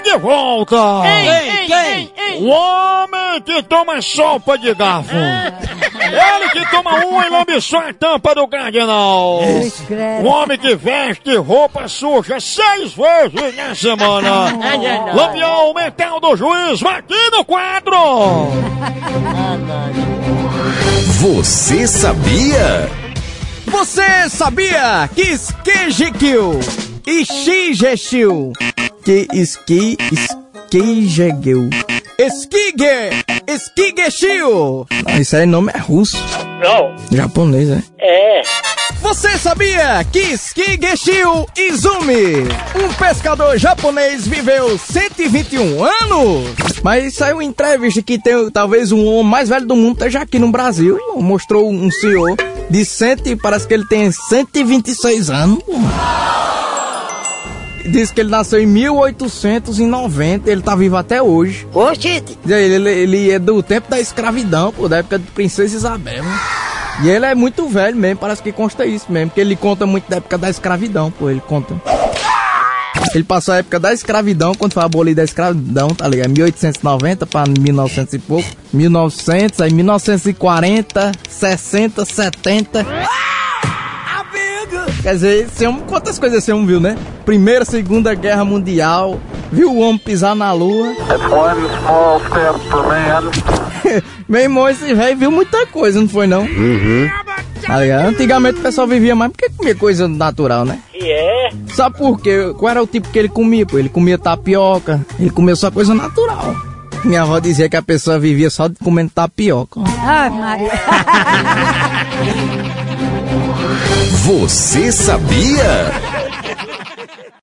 de volta! Quem? O homem que toma sopa de garfo! Ele que toma uma e lambe só a tampa do cardenal! O homem que veste roupa suja 6 vezes na semana! Lampião mental do juiz, aqui no quadro! Você sabia? Você sabia que Esquigil e Xigexil que Esquigegeu Esquigexil. Isso aí nome é russo. Não. Japonês, né? É. Você sabia que Esquigexil Izumi, um pescador japonês, viveu 121 anos? Mas saiu em entrevista que tem talvez um homem mais velho do mundo esteja aqui no Brasil. Mostrou um senhor de parece que ele tem 126 anos. Diz que ele nasceu em 1890, ele tá vivo até hoje. Oxi. Ele é do tempo da escravidão, pô, da época de Princesa Isabel. E ele é muito velho mesmo, parece que consta isso mesmo, porque ele conta muito da época da escravidão, pô, ele conta. Ele passou a época da escravidão, quando foi abolida a escravidão, tá ligado? 1890 pra 1900 e pouco. 1900, aí 1940, 60, 70... Quer dizer, quantas coisas esse homem viu, né? Primeira, Segunda Guerra Mundial, viu o homem pisar na lua. Meu irmão, esse velho viu muita coisa, não foi não? Tá ligado? Antigamente o pessoal vivia mais porque comia coisa natural, né? E é? Sabe por quê? Qual era o tipo que ele comia? Pô? Ele comia tapioca, ele comia só coisa natural. Minha avó dizia que a pessoa vivia só comendo tapioca. Ai, Maria. Você sabia?